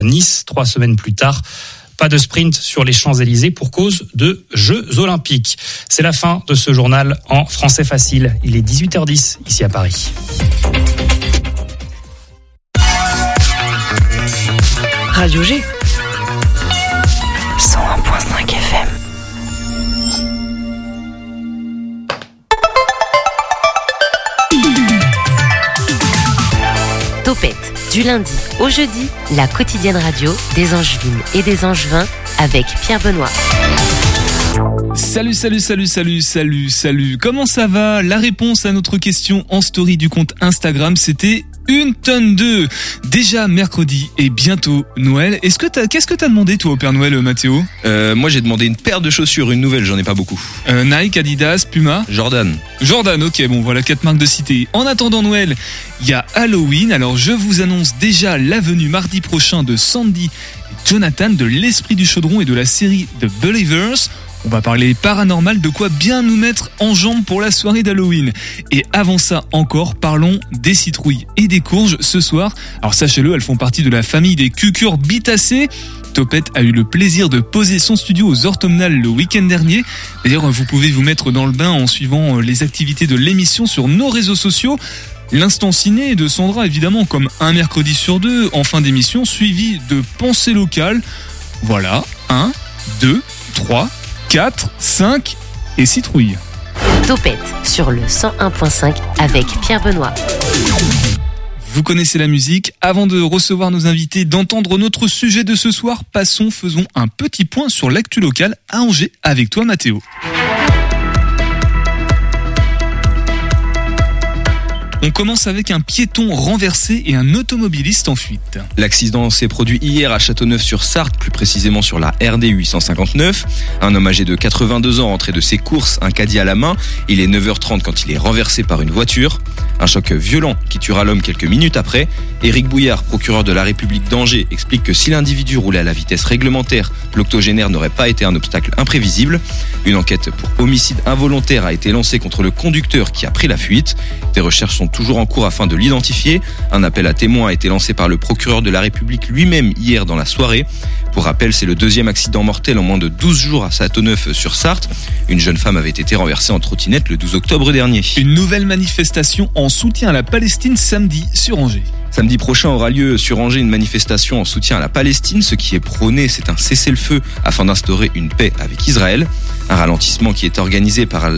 Nice 3 semaines plus tard. Pas de sprint sur les Champs-Élysées pour cause de Jeux Olympiques. C'est la fin de ce journal en français facile. Il est 18h10 ici à Paris. Radio G 101.5 FM. Topette, du lundi au jeudi, la quotidienne radio des Angevines et des Angevins avec Pierre Benoît. Salut. Comment ça va ? La réponse à notre question en story du compte Instagram, c'était 1 tonne d'œufs. Déjà mercredi et bientôt Noël. Qu'est-ce que t'as demandé toi au Père Noël, Mathéo ? Moi j'ai demandé une paire de chaussures, une nouvelle, j'en ai pas beaucoup. Nike, Adidas, Puma ? Jordan, ok, bon voilà 4 marques de cité. En attendant Noël, il y a Halloween. Alors je vous annonce déjà la venue mardi prochain de Sandy et Jonathan de l'Esprit du Chaudron et de la série The Believers. On va parler paranormal, de quoi bien nous mettre en jambes pour la soirée d'Halloween. Et avant ça encore, parlons des citrouilles et des courges ce soir. Alors sachez-le, elles font partie de la famille des cucurbitacées. Topette a eu le plaisir de poser son studio aux orthomnales le week-end dernier. D'ailleurs, vous pouvez vous mettre dans le bain en suivant les activités de l'émission sur nos réseaux sociaux. L'instant ciné de Sandra, évidemment, comme un mercredi sur 2 en fin d'émission, suivi de pensées locales. Voilà, 1, 2, 3... 4, 5 et citrouille. Topette sur le 101.5 avec Pierre Benoît. Vous connaissez la musique. Avant de recevoir nos invités, d'entendre notre sujet de ce soir, faisons un petit point sur l'actu locale à Angers avec toi, Mathéo. On commence avec un piéton renversé et un automobiliste en fuite. L'accident s'est produit hier à Châteauneuf-sur-Sarthe, plus précisément sur la RD 859. Un homme âgé de 82 ans rentrait de ses courses, un caddie à la main. Il est 9h30 quand il est renversé par une voiture. Un choc violent qui tuera l'homme quelques minutes après. Éric Bouillard, procureur de la République d'Angers, explique que si l'individu roulait à la vitesse réglementaire, l'octogénaire n'aurait pas été un obstacle imprévisible. Une enquête pour homicide involontaire a été lancée contre le conducteur qui a pris la fuite. Des recherches sont toujours en cours afin de l'identifier. Un appel à témoins a été lancé par le procureur de la République lui-même hier dans la soirée. Pour rappel, c'est le deuxième accident mortel en moins de 12 jours à Châteauneuf-sur-Sarthe. Une jeune femme avait été renversée en trottinette le 12 octobre dernier. Une nouvelle manifestation en soutien à la Palestine samedi sur Angers. Samedi prochain aura lieu sur Angers une manifestation en soutien à la Palestine. Ce qui est prôné, c'est un cessez-le-feu afin d'instaurer une paix avec Israël. Un rassemblement qui est organisé par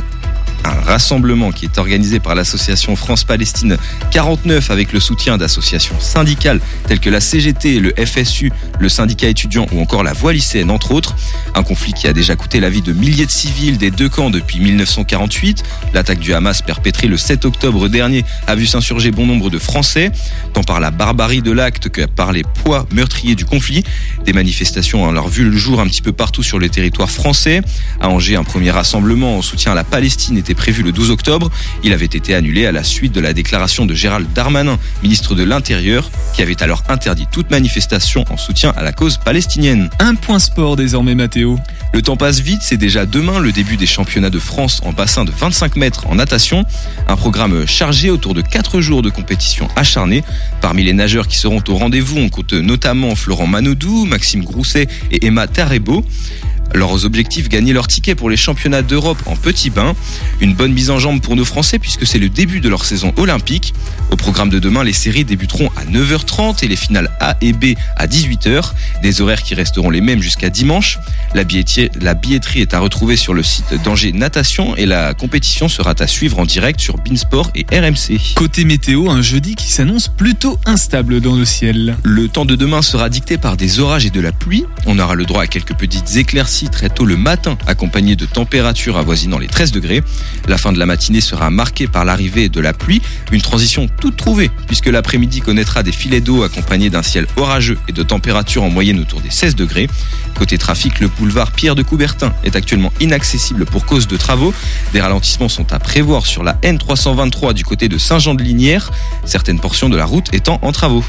l'association France-Palestine 49 avec le soutien d'associations syndicales telles que la CGT, le FSU, le syndicat étudiant ou encore la Voix lycéenne entre autres. Un conflit qui a déjà coûté la vie de milliers de civils des deux camps depuis 1948. L'attaque du Hamas perpétrée le 7 octobre dernier a vu s'insurger bon nombre de Français, tant par la barbarie de l'acte que par les poids meurtriers du conflit. Des manifestations ont alors vu le jour un petit peu partout sur le territoire français. À Angers, un premier rassemblement en soutien à la Palestine était prévu le 12 octobre. Il avait été annulé à la suite de la déclaration de Gérald Darmanin, ministre de l'Intérieur, qui avait alors interdit toute manifestation en soutien à la cause palestinienne. Un point sport désormais, Mathéo. Le temps passe vite, c'est déjà demain le début des championnats de France en bassin de 25 mètres en natation. Un programme chargé autour de 4 jours de compétition acharnée. Parmi les nageurs qui seront au rendez-vous, on compte notamment Florent Manodou, Maxime Grousset et Emma Tarebo. Leurs objectifs, gagner leur ticket pour les championnats d'Europe en petit bain. Une bonne mise en jambe pour nos Français puisque c'est le début de leur saison olympique. Au programme de demain, les séries débuteront à 9h30 et les finales A et B à 18h. Des horaires qui resteront les mêmes jusqu'à dimanche. La billetterie est à retrouver sur le site d'Angers Natation et la compétition sera à suivre en direct sur Beansport et RMC. Côté météo, un jeudi qui s'annonce plutôt instable dans le ciel. Le temps de demain sera dicté par des orages et de la pluie. On aura le droit à quelques petites éclaircies très tôt le matin, accompagné de températures avoisinant les 13 degrés. La fin de la matinée sera marquée par l'arrivée de la pluie, une transition toute trouvée, puisque l'après-midi connaîtra des filets d'eau accompagnés d'un ciel orageux et de températures en moyenne autour des 16 degrés. Côté trafic, le boulevard Pierre de Coubertin est actuellement inaccessible pour cause de travaux. Des ralentissements sont à prévoir sur la N323 du côté de Saint-Jean-de-Lignières, certaines portions de la route étant en travaux.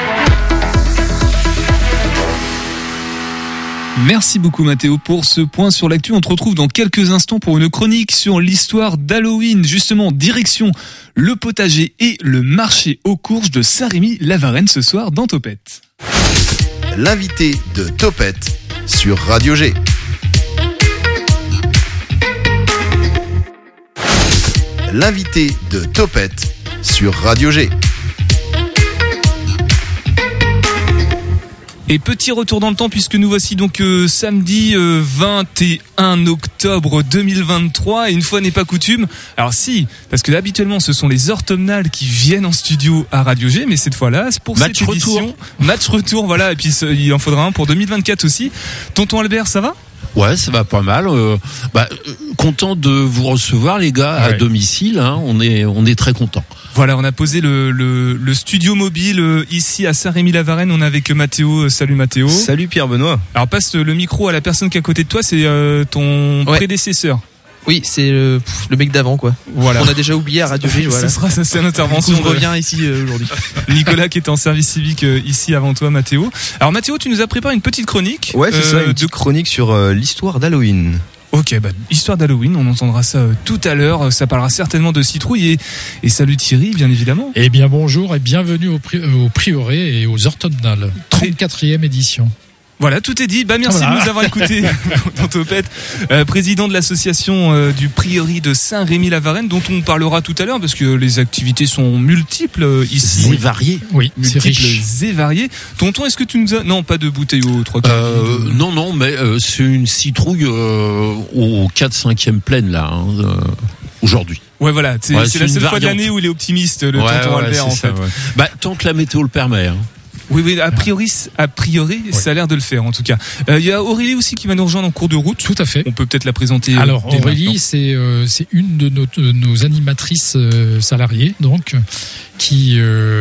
Merci beaucoup Mathéo pour ce point sur l'actu. On te retrouve dans quelques instants pour une chronique sur l'histoire d'Halloween. Justement, direction le potager et le marché aux courges de Saint-Rémy-la-Varenne ce soir dans Topette. L'invité de Topette sur Radio G. L'invité de Topette sur Radio G. Et petit retour dans le temps puisque nous voici donc samedi 21 octobre 2023 et une fois n'est pas coutume. Alors si, parce que habituellement ce sont les orthomnales qui viennent en studio à Radio G, mais cette fois-là c'est pour cette édition match retour, voilà, et puis il en faudra un pour 2024 aussi. Tonton Albert, ça va ? Ouais, ça va pas mal. Content de vous recevoir les gars à domicile. Hein. On est très content. Voilà, on a posé le studio mobile ici à Saint-Rémy-la-Varenne. On est avec Mathéo. Salut Mathéo. Salut Pierre-Benoît. Alors passe le micro à la personne qui est à côté de toi. C'est ton prédécesseur. Oui, c'est le mec d'avant, quoi. Voilà. On a déjà oublié à Radio G. Voilà. Ça sera l'intervention. Je reviens ici aujourd'hui. Nicolas qui était en service civique ici avant toi, Mathéo. Alors Mathéo, tu nous as préparé une petite chronique. Ouais, c'est ça, une petite chronique sur l'histoire d'Halloween. Ok, histoire d'Halloween, on entendra ça tout à l'heure. Ça parlera certainement de citrouille et salut Thierry, bien évidemment. Eh bien bonjour et bienvenue au Prieuré et aux orthomnales. 34e édition. Voilà, tout est dit. Merci de nous avoir écoutés dans Topette. Président de l'association du Prieuré de Saint-Rémy-la-Varenne, dont on parlera tout à l'heure, parce que les activités sont multiples ici. Et variées. Oui, multiples et variées. Tonton, est-ce que tu nous as... Non, pas de bouteille aux 3 quarts. Non, mais c'est une citrouille au 4-5e pleine, là, aujourd'hui. Ouais, voilà, c'est la seule fois de l'année où il est optimiste, le tonton Albert, en fait. Tant que la météo le permet, hein. Oui, a priori, ça a l'air de le faire en tout cas. Il y a Aurélie aussi qui va nous rejoindre en cours de route. Tout à fait. On peut peut-être la présenter. Alors Aurélie, c'est une de nos animatrices salariées, donc qui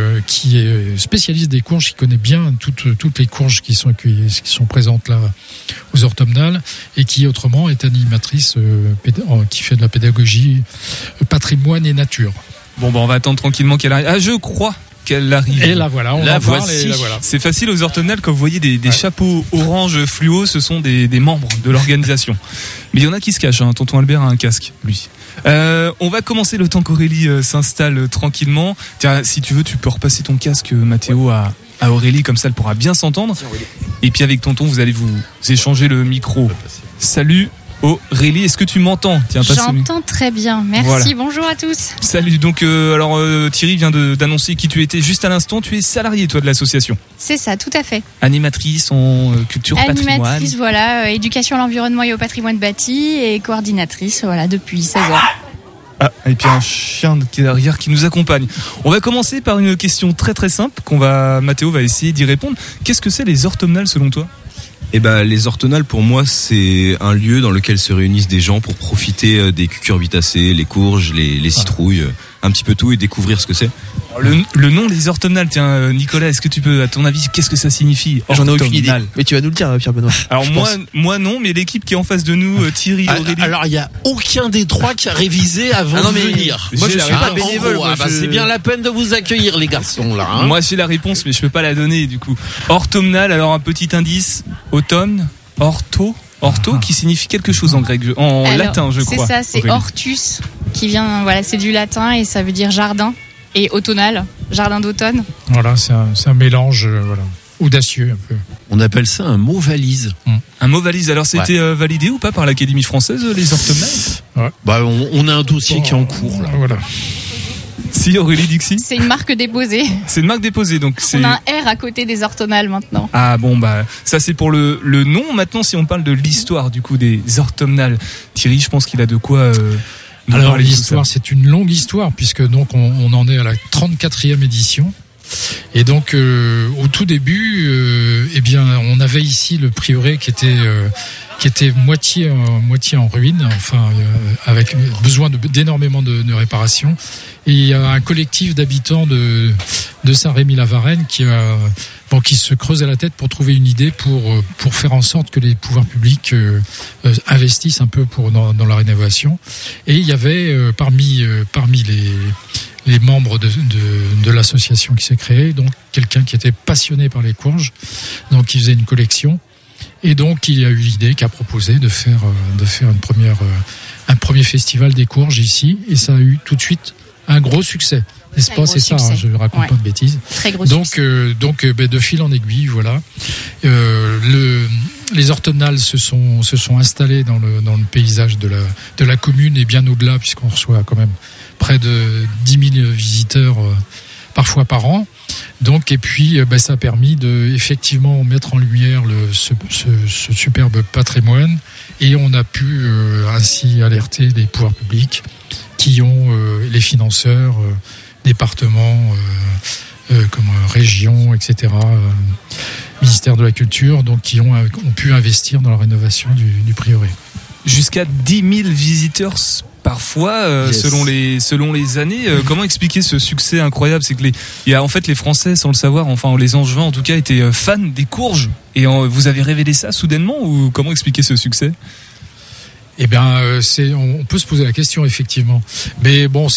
est spécialiste des courges, qui connaît bien toutes les courges qui sont présentes là aux orthomnales et qui autrement est animatrice qui fait de la pédagogie patrimoine et nature. Bon, on va attendre tranquillement qu'elle arrive. Ah, je crois qu'elle arrive. Et là voilà, la voilà. C'est facile aux orthomnales quand vous voyez des chapeaux orange fluo, ce sont des membres de l'organisation. Mais il y en a qui se cachent, hein. Tonton Albert a un casque, lui. On va commencer le temps qu'Aurélie s'installe tranquillement. Tiens, si tu veux, tu peux repasser ton casque, Mathéo, à Aurélie, comme ça elle pourra bien s'entendre. Et puis avec Tonton, vous allez vous échanger le micro. Salut Aurélie, est-ce que tu m'entends? J'entends très bien, merci, voilà. Bonjour à tous. Salut, donc Thierry vient d'annoncer qui tu étais juste à l'instant. Tu es salariée, toi, de l'association? C'est ça, tout à fait. Animatrice en culture patrimoine. Animatrice, voilà, éducation à l'environnement et au patrimoine bâti, et coordinatrice, voilà, depuis 16 ans. Ah, et puis un chien qui est derrière qui nous accompagne. On va commencer par une question très très simple Mathéo va essayer d'y répondre. Qu'est-ce que c'est les orthomnales selon toi? Les orthomnales, pour moi, c'est un lieu dans lequel se réunissent des gens pour profiter des cucurbitacées, les courges, les citrouilles, un petit peu tout, et découvrir ce que c'est. Le nom des orthomnales, tiens, Nicolas, est-ce que tu peux, à ton avis, qu'est-ce que ça signifie? J'en ai aucune idée. Mais tu vas nous le dire, Pierre-Benoît. Alors moi non, mais l'équipe qui est en face de nous, Thierry, Aurélie. Alors il y a aucun des trois qui a révisé avant de venir. Moi je suis pas bénévole. C'est bien la peine de vous accueillir, les garçons, là. Hein. Moi j'ai la réponse, mais je peux pas la donner du coup. Orthomnale, alors un petit indice, automne, ortho, qui signifie quelque chose en grec, latin, je crois. C'est ça, c'est hortus, qui vient, voilà, c'est du latin et ça veut dire jardin, et automnal, jardin d'automne. Voilà, c'est un mélange, audacieux un peu. On appelle ça un mot valise. Un mot valise. Alors c'était validé ou pas par l'Académie française, les orthomnales? On a un dossier qui est en cours là. Voilà. Si, Aurélie Dixie? C'est une marque déposée. C'est une marque déposée, donc c'est... On a un R à côté des orthomnales maintenant. Ah bon, ça c'est pour le nom. Maintenant, si on parle de l'histoire du coup des orthomnales, Thierry, je pense qu'il a de quoi... Alors l'histoire, c'est une longue histoire puisque donc on en est à la 34e édition. Et donc au tout début, on avait ici le prieuré qui était moitié en ruine, avec besoin d'énormément de réparations. Et il y a un collectif d'habitants de Saint-Rémy-la-Varenne qui se creusait la tête pour trouver une idée pour faire en sorte que les pouvoirs publics investissent un peu dans la rénovation. Et il y avait parmi les membres de l'association qui s'est créée, donc quelqu'un qui était passionné par les courges, donc qui faisait une collection. Et donc il y a eu l'idée qui a proposé de faire un premier festival des courges ici, et ça a eu tout de suite un gros succès. n'est-ce pas? C'est ça, je raconte pas de bêtises. Très gros donc, succès. De fil en aiguille, voilà. Les orthonales se sont installés dans le paysage de la commune et bien au-delà, puisqu'on reçoit quand même près de 10 000 visiteurs parfois par an. Donc, et puis, ça a permis de effectivement mettre en lumière ce superbe patrimoine, et on a pu ainsi alerter les pouvoirs publics qui ont les financeurs, départements, comme régions, etc., ministère de la Culture, donc qui ont pu investir dans la rénovation du prieuré. Jusqu'à 10 000 visiteurs parfois, selon les années. Comment expliquer ce succès incroyable? C'est que les Français, sans le savoir, les Angevins en tout cas, étaient fans des courges. Et vous avez révélé ça soudainement, ou comment expliquer ce succès? Eh bien, on peut se poser la question, effectivement. Mais bon,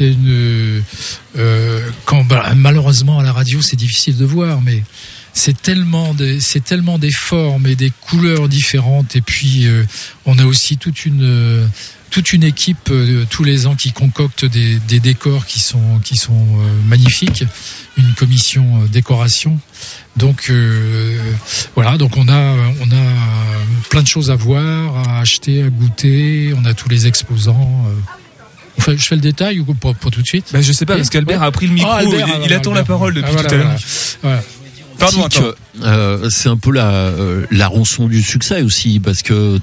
malheureusement à la radio, c'est difficile de voir, mais c'est tellement des formes et des couleurs différentes, et puis on a aussi toute une équipe tous les ans qui concocte des décors qui sont magnifiques, une commission décoration. Donc voilà, donc on a plein de choses à voir, à acheter, à goûter. On a tous les exposants. Je fais le détail ou pas tout de suite? Je sais pas, parce qu'Albert a pris le micro. Il attend la parole depuis tout à l'heure. Voilà. Pardon, c'est un peu la rançon du succès aussi, parce que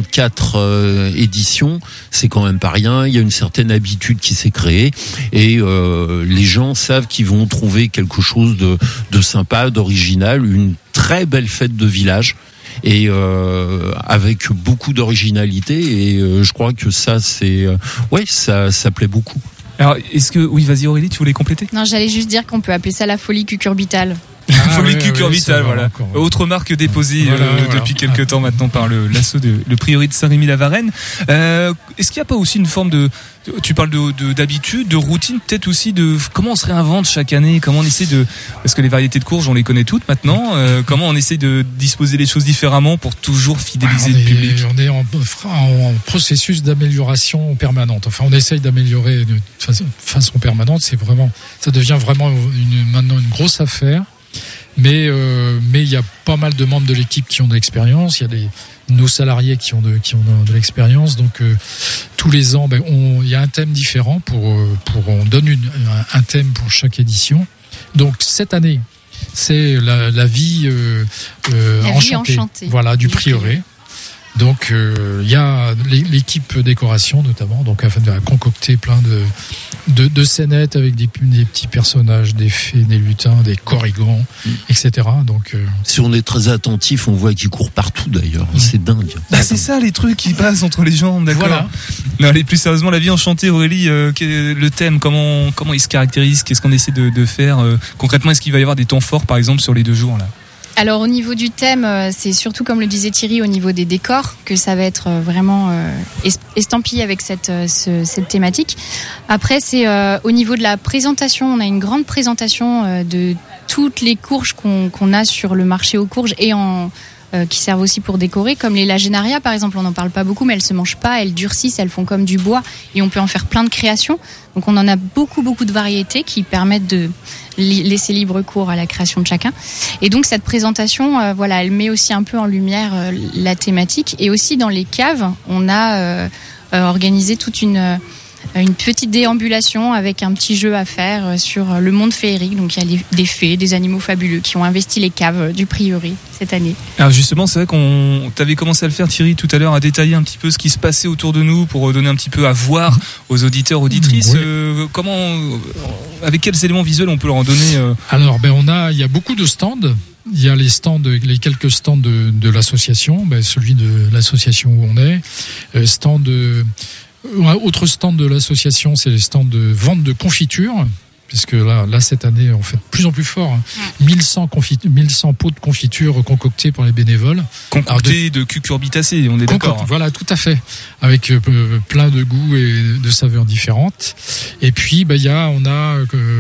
34 éditions, c'est quand même pas rien. Il y a une certaine habitude qui s'est créée, et les gens savent qu'ils vont trouver quelque chose de sympa, d'original, une très belle fête de village, et avec beaucoup d'originalité, et je crois que ça ça plaît beaucoup. Alors, oui, vas-y Aurélie, tu voulais compléter? Non, j'allais juste dire qu'on peut appeler ça la folie cucurbitale. Folie cucurbitale, voilà. Autre marque déposée depuis quelques temps maintenant par l'assaut le prieuré de Saint-Rémy-la-Varenne. Est-ce qu'il n'y a pas aussi une forme tu parles d'habitude, de routine, peut-être aussi de comment on se réinvente chaque année, comment on essaie parce que les variétés de courges, on les connaît toutes maintenant, comment on essaie de disposer les choses différemment pour toujours fidéliser le public? On est en processus d'amélioration permanente. Enfin, on essaye d'améliorer de façon permanente. Ça devient vraiment maintenant une grosse affaire. Mais il y a pas mal de membres de l'équipe qui ont de l'expérience. Il y a nos salariés qui ont de l'expérience. Donc tous les ans, il y a un thème différent on donne un thème pour chaque édition. Donc cette année, c'est la vie enchantée. Voilà, du prieuré. Donc il y a l'équipe décoration notamment, donc afin de concocter plein de scénettes avec des petits personnages, des fées, des lutins, des corrigans, etc. Donc si on est très attentif, on voit qu'ils courent partout d'ailleurs. C'est dingue. C'est ça les trucs qui passent entre les jambes, d'accord. Voilà. Non, allez, plus sérieusement, la vie enchantée, Aurélie, le thème, comment il se caractérise, qu'est-ce qu'on essaie de faire concrètement? Est-ce qu'il va y avoir des temps forts par exemple sur les 2 jours là? Alors au niveau du thème, c'est surtout comme le disait Thierry au niveau des décors que ça va être vraiment estampillé avec cette thématique. Après c'est au niveau de la présentation, on a une grande présentation de toutes les courges qu'on a sur le marché aux courges et qui servent aussi pour décorer, comme les lagénarias par exemple, on n'en parle pas beaucoup mais elles se mangent pas, elles durcissent, elles font comme du bois et on peut en faire plein de créations. Donc on en a beaucoup de variétés qui permettent de laisser libre cours à la création de chacun. Et donc cette présentation, elle met aussi un peu en lumière la thématique. Et aussi dans les caves, on a organisé toute une petite déambulation avec un petit jeu à faire sur le monde féerique. Donc il y a des fées, des animaux fabuleux qui ont investi les caves du prieuré cette année. Alors justement, c'est vrai qu'on t'avait commencé à le faire, Thierry, tout à l'heure, à détailler un petit peu ce qui se passait autour de nous pour donner un petit peu à voir aux auditeurs, auditrices. Oui. Avec quels éléments visuels on peut leur en donner Alors, il y a beaucoup de stands. Il y a les quelques stands de l'association, celui de l'association où on est, autre stand de l'association, c'est les stands de vente de confitures, puisque là cette année on fait de plus en plus fort. 1100 pots de confiture concoctés par les bénévoles. Concoctés de cucurbitacées, on est d'accord. Voilà, tout à fait, avec plein de goûts et de saveurs différentes. Et puis on a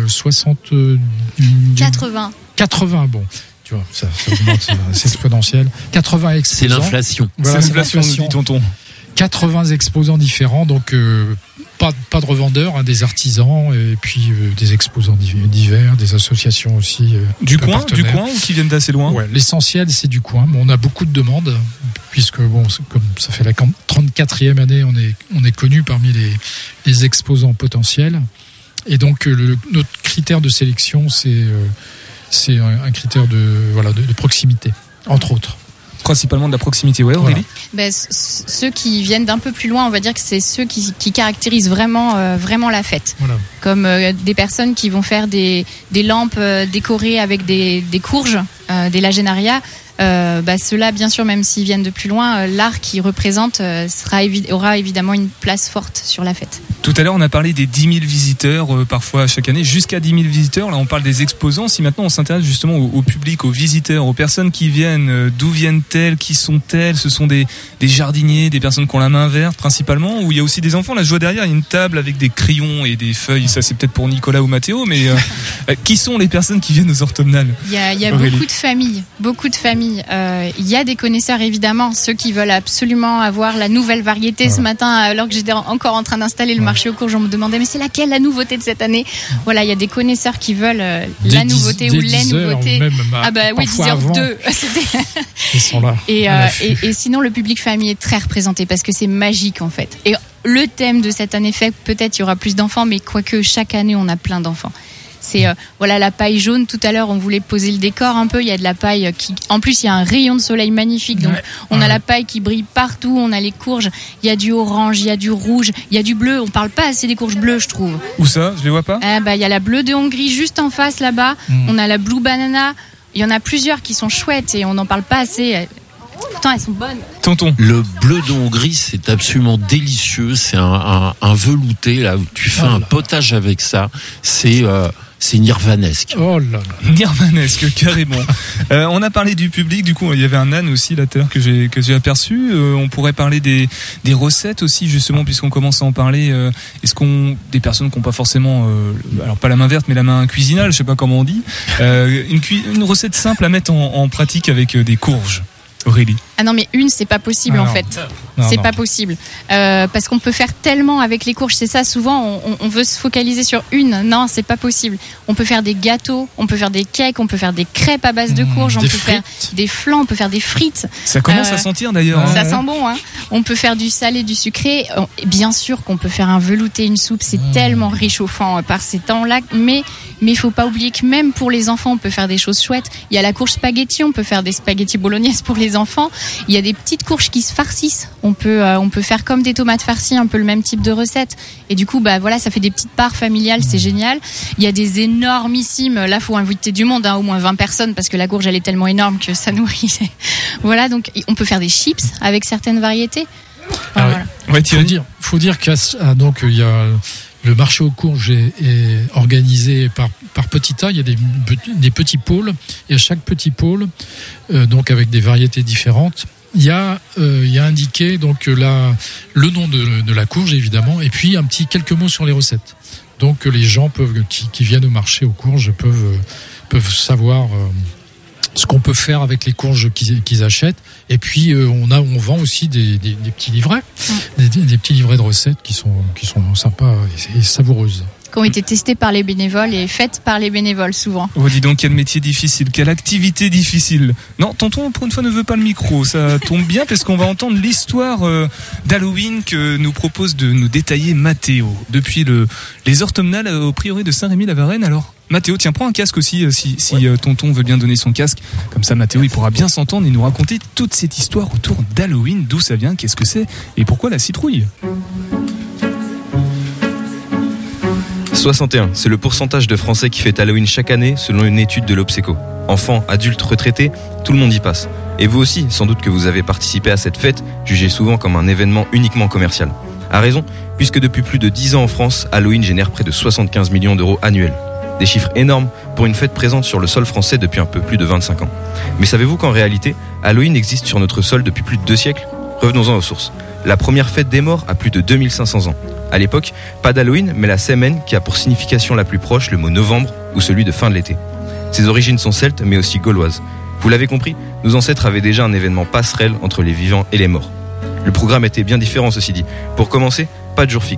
80, bon. Tu vois, ça augmente, c'est exponentiel. 80 exposants. C'est l'inflation. Voilà, c'est l'inflation, nous dit tonton. 80 exposants différents, donc pas de revendeurs, hein, des artisans et puis des exposants divers, des associations aussi. Du coin ou qui viennent d'assez loin? Ouais, l'essentiel c'est du coin. Bon, on a beaucoup de demandes puisque bon, comme ça fait la 34e année, on est connu parmi les exposants potentiels. Et donc notre critère de sélection c'est un critère de proximité, entre autres. Principalement de la proximité, ouais, Aurélie. Voilà. Ceux qui viennent d'un peu plus loin, on va dire que c'est ceux qui caractérisent vraiment la fête. Voilà. Comme des personnes qui vont faire des lampes décorées avec des courges, des lagenarias. Ceux-là, bien sûr, même s'ils viennent de plus loin, l'art qu'ils représentent aura évidemment une place forte sur la fête. Tout à l'heure, on a parlé des 10 000 visiteurs, parfois chaque année, jusqu'à 10 000 visiteurs. Là, on parle des exposants. Si maintenant on s'intéresse justement au public, aux visiteurs, aux personnes qui viennent, d'où viennent-elles, qui sont-elles? Ce sont des jardiniers, des personnes qui ont la main verte principalement, ou il y a aussi des enfants. Là, je vois derrière, il y a une table avec des crayons et des feuilles. Ça, c'est peut-être pour Nicolas ou Mathéo, mais qui sont les personnes qui viennent aux orthomnales? Il y a beaucoup de familles. Il y a des connaisseurs, évidemment, ceux qui veulent absolument avoir la nouvelle variété. Ce matin, alors que j'étais encore en train d'installer le marché aux courges, on me demandait mais c'est laquelle la nouveauté de cette année? Voilà, il y a des connaisseurs qui veulent la nouveauté ou les nouveautés. Même, 10h02. Ils sont là. Et sinon, le public famille est très représenté parce que c'est magique en fait. Et le thème de cette année fait peut-être il y aura plus d'enfants, mais quoique chaque année on a plein d'enfants. C'est la paille jaune. Tout à l'heure, on voulait poser le décor un peu. Il y a de la paille qui, en plus, il y a un rayon de soleil magnifique. Donc, on a la paille qui brille partout. On a les courges. Il y a du orange, il y a du rouge, il y a du bleu. On parle pas assez des courges bleues, je trouve. Où ça? Je les vois pas. Il y a la bleue de Hongrie juste en face là-bas. On a la blue banana. Il y en a plusieurs qui sont chouettes et on n'en parle pas assez. Pourtant, elles sont bonnes. Tonton. Le bleu de Hongrie, c'est absolument délicieux. C'est un velouté là où tu fais un potage avec ça. C'est nirvanesque. Oh là là. Nirvanesque, carrément. On a parlé du public, du coup, il y avait un âne aussi là tout à l'heure que j'ai aperçu. On pourrait parler des recettes aussi, justement, puisqu'on commence à en parler. Est-ce des personnes qui n'ont pas forcément, alors pas la main verte, mais la main cuisinale, je sais pas comment on dit, une recette simple à mettre en pratique avec des courges? Aurélie. Ah non, mais c'est pas possible en fait. C'est pas possible. Parce qu'on peut faire tellement avec les courges. C'est ça, souvent, on veut se focaliser sur une. Non, c'est pas possible. On peut faire des gâteaux, on peut faire des cakes, on peut faire des crêpes à base de courges, on peut faire des flans, on peut faire des frites. Ça commence à sentir d'ailleurs. Ça sent bon, hein. On peut faire du salé, du sucré. Bien sûr qu'on peut faire un velouté, une soupe. C'est tellement réchauffant par ces temps-là. Mais il faut pas oublier que même pour les enfants, on peut faire des choses chouettes. Il y a la courge spaghetti, on peut faire des spaghettis bolognaise pour les enfants. Il y a des petites courges qui se farcissent. On peut faire comme des tomates farcies, un peu le même type de recette. Et du coup, ça fait des petites parts familiales, c'est génial. Il y a des énormissimes. Là, faut inviter du monde, au moins 20 personnes, parce que la courge, elle est tellement énorme que ça nourrit. Voilà, donc on peut faire des chips avec certaines variétés. Voilà. Ouais, faut dire qu'il y a le marché aux courges est organisé par petits tas. Il y a des petits pôles. Et à chaque petit pôle, donc avec des variétés différentes, il y a indiqué donc le nom de la courge évidemment, et puis quelques mots sur les recettes. Donc les gens qui viennent au marché aux courges peuvent savoir ce qu'on peut faire avec les courges qu'ils achètent. Et puis on vend aussi des petits livrets, des petits livrets de recettes qui sont sympas et savoureuses. Qui ont été testés par les bénévoles et faites par les bénévoles souvent. Oh, dis donc, quel métier difficile, quelle activité difficile. Non, tonton, pour une fois, ne veut pas le micro. Ça tombe bien parce qu'on va entendre l'histoire d'Halloween que nous propose de nous détailler Mathéo. Depuis les orthomnales au prieuré de Saint-Rémy-la-Varenne. Alors, Mathéo, tiens, prends un casque aussi si tonton veut bien donner son casque. Comme ça, Mathéo, il pourra bien s'entendre et nous raconter toute cette histoire autour d'Halloween. D'où ça vient, qu'est-ce que c'est et pourquoi la citrouille? 61, c'est le pourcentage de Français qui fêtent Halloween chaque année selon une étude de l'Obseco. Enfants, adultes, retraités, tout le monde y passe. Et vous aussi, sans doute que vous avez participé à cette fête, jugée souvent comme un événement uniquement commercial. A raison, puisque depuis plus de 10 ans en France, Halloween génère près de 75 millions d'euros annuels. Des chiffres énormes pour une fête présente sur le sol français depuis un peu plus de 25 ans. Mais savez-vous qu'en réalité, Halloween existe sur notre sol depuis plus de 2 siècles ? Revenons-en aux sources. La première fête des morts a plus de 2500 ans. À l'époque, pas d'Halloween, mais la Semaine qui a pour signification la plus proche le mot novembre ou celui de fin de l'été. Ses origines sont celtes, mais aussi gauloises. Vous l'avez compris, nos ancêtres avaient déjà un événement passerelle entre les vivants et les morts. Le programme était bien différent, ceci dit. Pour commencer, pas de jour fixe.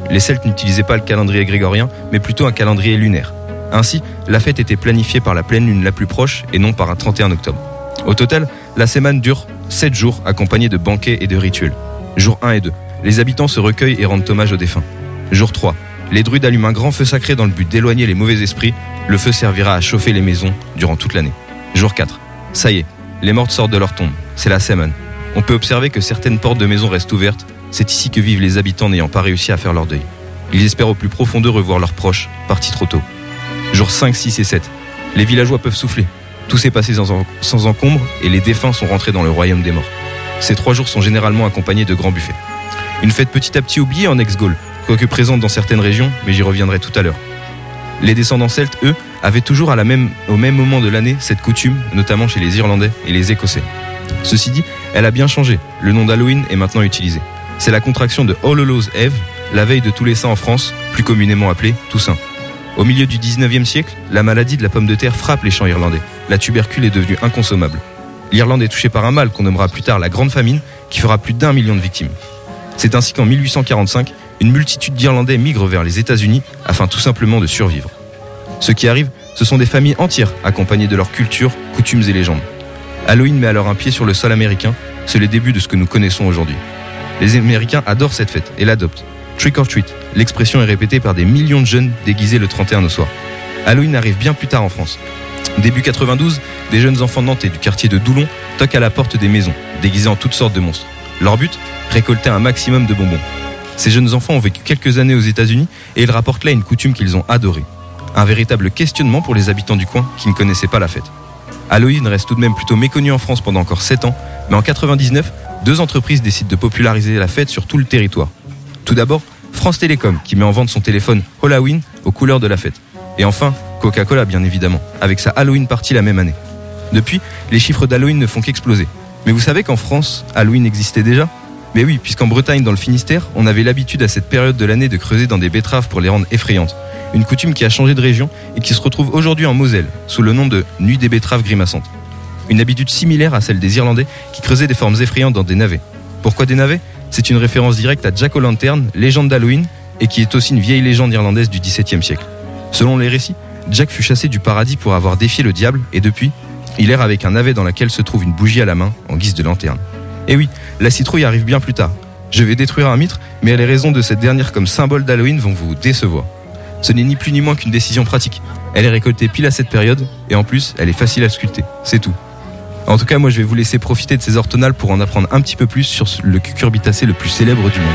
Les Celtes n'utilisaient pas le calendrier grégorien, mais plutôt un calendrier lunaire. Ainsi, la fête était planifiée par la pleine lune la plus proche et non par un 31 octobre. Au total, la semaine dure 7 jours accompagnés de banquets et de rituels. Jour 1 et 2, les habitants se recueillent et rendent hommage aux défunts. Jour 3, les druides allument un grand feu sacré dans le but d'éloigner les mauvais esprits. Le feu servira à chauffer les maisons durant toute l'année. Jour 4, ça y est, les morts sortent de leur tombe. C'est la Samhain. On peut observer que certaines portes de maisons restent ouvertes. C'est ici que vivent les habitants n'ayant pas réussi à faire leur deuil. Ils espèrent au plus profond d'eux revoir leurs proches, partis trop tôt. Jours 5, 6 et 7, les villageois peuvent souffler. Tout s'est passé sans encombre et les défunts sont rentrés dans le royaume des morts. Ces 3 jours sont généralement accompagnés de grands buffets. Une fête petit à petit oubliée en ex-Gaule, quoique présente dans certaines régions, mais j'y reviendrai tout à l'heure. Les descendants celtes, eux, avaient toujours au même moment de l'année cette coutume, notamment chez les Irlandais et les Écossais. Ceci dit, elle a bien changé. Le nom d'Halloween est maintenant utilisé. C'est la contraction de All Hallows Eve, la veille de tous les saints en France, plus communément appelée Toussaint. Au milieu du 19e siècle, la maladie de la pomme de terre frappe les champs irlandais. La tubercule est devenue inconsommable. L'Irlande est touchée par un mal qu'on nommera plus tard la Grande Famine, qui fera plus d'1 million de victimes. C'est ainsi qu'en 1845, une multitude d'Irlandais migre vers les États-Unis afin tout simplement de survivre. Ce qui arrive, ce sont des familles entières accompagnées de leur culture, coutumes et légendes. Halloween met alors un pied sur le sol américain, c'est le début de ce que nous connaissons aujourd'hui. Les Américains adorent cette fête et l'adoptent. Trick or treat, l'expression est répétée par des millions de jeunes déguisés le 31 au soir. Halloween arrive bien plus tard en France. Début 92, des jeunes enfants nantais du quartier de Doulon toquent à la porte des maisons, déguisés en toutes sortes de monstres. Leur but, récolter un maximum de bonbons. Ces jeunes enfants ont vécu quelques années aux États-Unis et ils rapportent là une coutume qu'ils ont adorée. Un véritable questionnement pour les habitants du coin qui ne connaissaient pas la fête. Halloween reste tout de même plutôt méconnu en France pendant encore 7 ans, mais en 99, 2 entreprises décident de populariser la fête sur tout le territoire. Tout d'abord, France Télécom qui met en vente son téléphone Halloween aux couleurs de la fête. Et enfin, Coca-Cola bien évidemment, avec sa Halloween Party la même année. Depuis, les chiffres d'Halloween ne font qu'exploser. Mais vous savez qu'en France, Halloween existait déjà ? Mais oui, puisqu'en Bretagne, dans le Finistère, on avait l'habitude à cette période de l'année de creuser dans des betteraves pour les rendre effrayantes. Une coutume qui a changé de région et qui se retrouve aujourd'hui en Moselle, sous le nom de Nuit des betteraves grimaçantes. Une habitude similaire à celle des Irlandais qui creusaient des formes effrayantes dans des navets. Pourquoi des navets ? C'est une référence directe à Jack O'Lantern, légende d'Halloween, et qui est aussi une vieille légende irlandaise du XVIIe siècle. Selon les récits, Jack fut chassé du paradis pour avoir défié le diable, et depuis, il erre avec un navet dans lequel se trouve une bougie à la main, en guise de lanterne. Et oui, la citrouille arrive bien plus tard. Je vais détruire un mythe, mais les raisons de cette dernière comme symbole d'Halloween vont vous décevoir. Ce n'est ni plus ni moins qu'une décision pratique. Elle est récoltée pile à cette période, et en plus, elle est facile à sculpter. C'est tout. En tout cas, moi je vais vous laisser profiter de ces orthonales pour en apprendre un petit peu plus sur le cucurbitacé le plus célèbre du monde.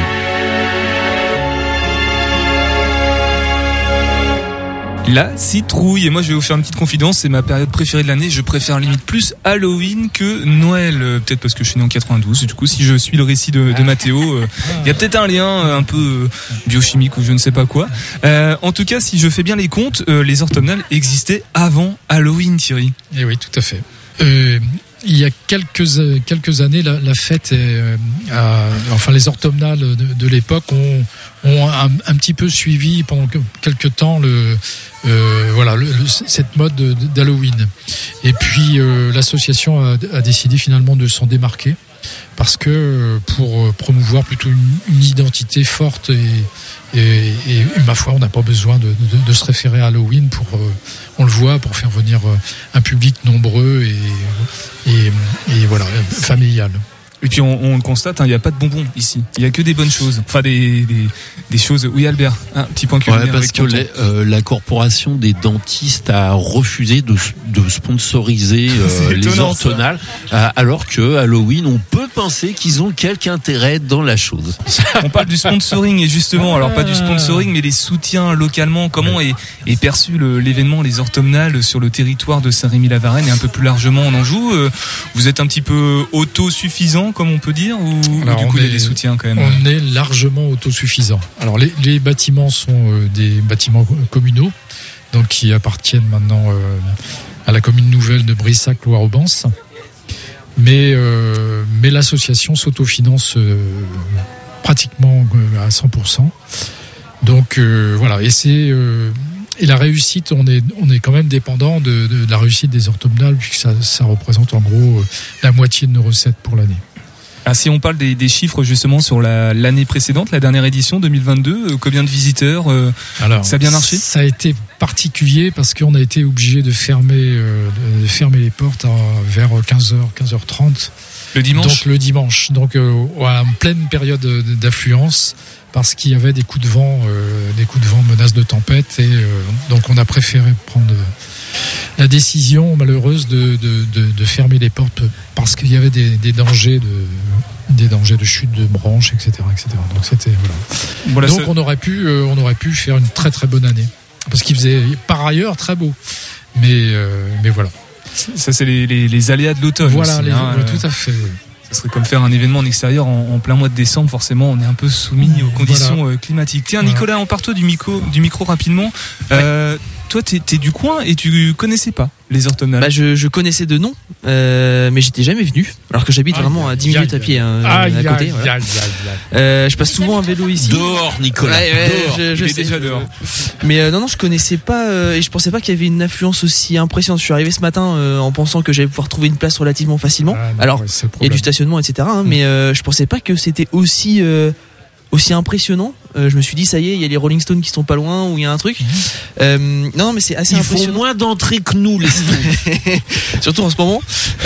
La citrouille. Et moi je vais vous faire une petite confidence, c'est ma période préférée de l'année. Je préfère limite plus Halloween que Noël. Peut-être parce que je suis né en 92. Et du coup, si je suis le récit de Mathéo, il y a peut-être un lien un peu biochimique ou je ne sais pas quoi. En tout cas, si je fais bien les comptes, les orthomnales existaient avant Halloween, Thierry. Eh oui, tout à fait. Il y a quelques années, la fête, enfin les orthomnales de l'époque ont un petit peu suivi pendant quelques temps cette mode d'Halloween. Et puis l'association a décidé finalement de s'en démarquer parce que pour promouvoir plutôt une identité forte et ma foi, on n'a pas besoin de se référer à Halloween on le voit, pour faire venir un public nombreux et voilà, familial. Et puis on le constate, il n'y a pas de bonbons ici. Il n'y a que des bonnes choses. Enfin des choses. Oui Albert, un petit point culinaire. Ouais, parce que la corporation des dentistes a refusé de sponsoriser les orthonales, alors que Halloween, on peut penser qu'ils ont quelque intérêt dans la chose. On parle du sponsoring et justement, alors pas du sponsoring, mais les soutiens localement. Comment est perçu l'événement, les orthomnales sur le territoire de Saint-Rémy-la-Varenne et un peu plus largement en Anjou? Vous êtes un petit peu autosuffisant, comme on peut dire, ou du coup il y a des soutiens quand même? On est largement autosuffisant. Alors les bâtiments sont des bâtiments communaux, donc qui appartiennent maintenant à la commune nouvelle de Brissac-Loire-Aubance, mais l'association s'autofinance pratiquement à 100%. Donc voilà, et la réussite, on est quand même dépendant de la réussite des orthomnales, puisque ça représente en gros la moitié de nos recettes pour l'année. Ah, si on parle des chiffres justement sur l'année précédente, la dernière édition 2022, combien de visiteurs Alors, ça a bien marché? Ça a été particulier parce qu'on a été obligé de fermer les portes vers 15h, 15h30. Le dimanche? Donc le dimanche, donc en pleine période d'affluence, parce qu'il y avait des coups de vent, menaces de tempête, et donc on a préféré prendre la décision malheureuse de fermer les portes parce qu'il y avait des dangers de chute de branches, etc., etc. Donc c'était voilà. Donc on aurait pu faire une très très bonne année parce qu'il faisait par ailleurs très beau, mais voilà. Ça c'est les aléas de l'automne. Voilà, aussi, tout à fait. Oui. Ça serait comme faire un événement en extérieur en plein mois de décembre. Forcément, on est un peu soumis aux conditions climatiques. Tiens, Nicolas, empare-toi du micro rapidement. Toi, t'es du coin et tu connaissais pas les orthomnales? Bah, je connaissais de nom, mais j'étais jamais venu. Alors que j'habite vraiment à 10 minutes à pied à côté. Voilà. Je passe souvent à vélo ici. Dehors, Nicolas. Dehors. Je sais, déjà dehors. Mais non, je connaissais pas et je pensais pas qu'il y avait une affluence aussi impressionnante. Je suis arrivé ce matin en pensant que j'allais pouvoir trouver une place relativement facilement. Alors, il y a du stationnement, etc. Mais je pensais pas que c'était aussi impressionnant. Je me suis dit, ça y est, il y a les Rolling Stones qui sont pas loin, ou il y a un truc. Non, mais c'est assez impressionnant. Ils font moins d'entrées que nous, les Stones. Surtout en ce moment.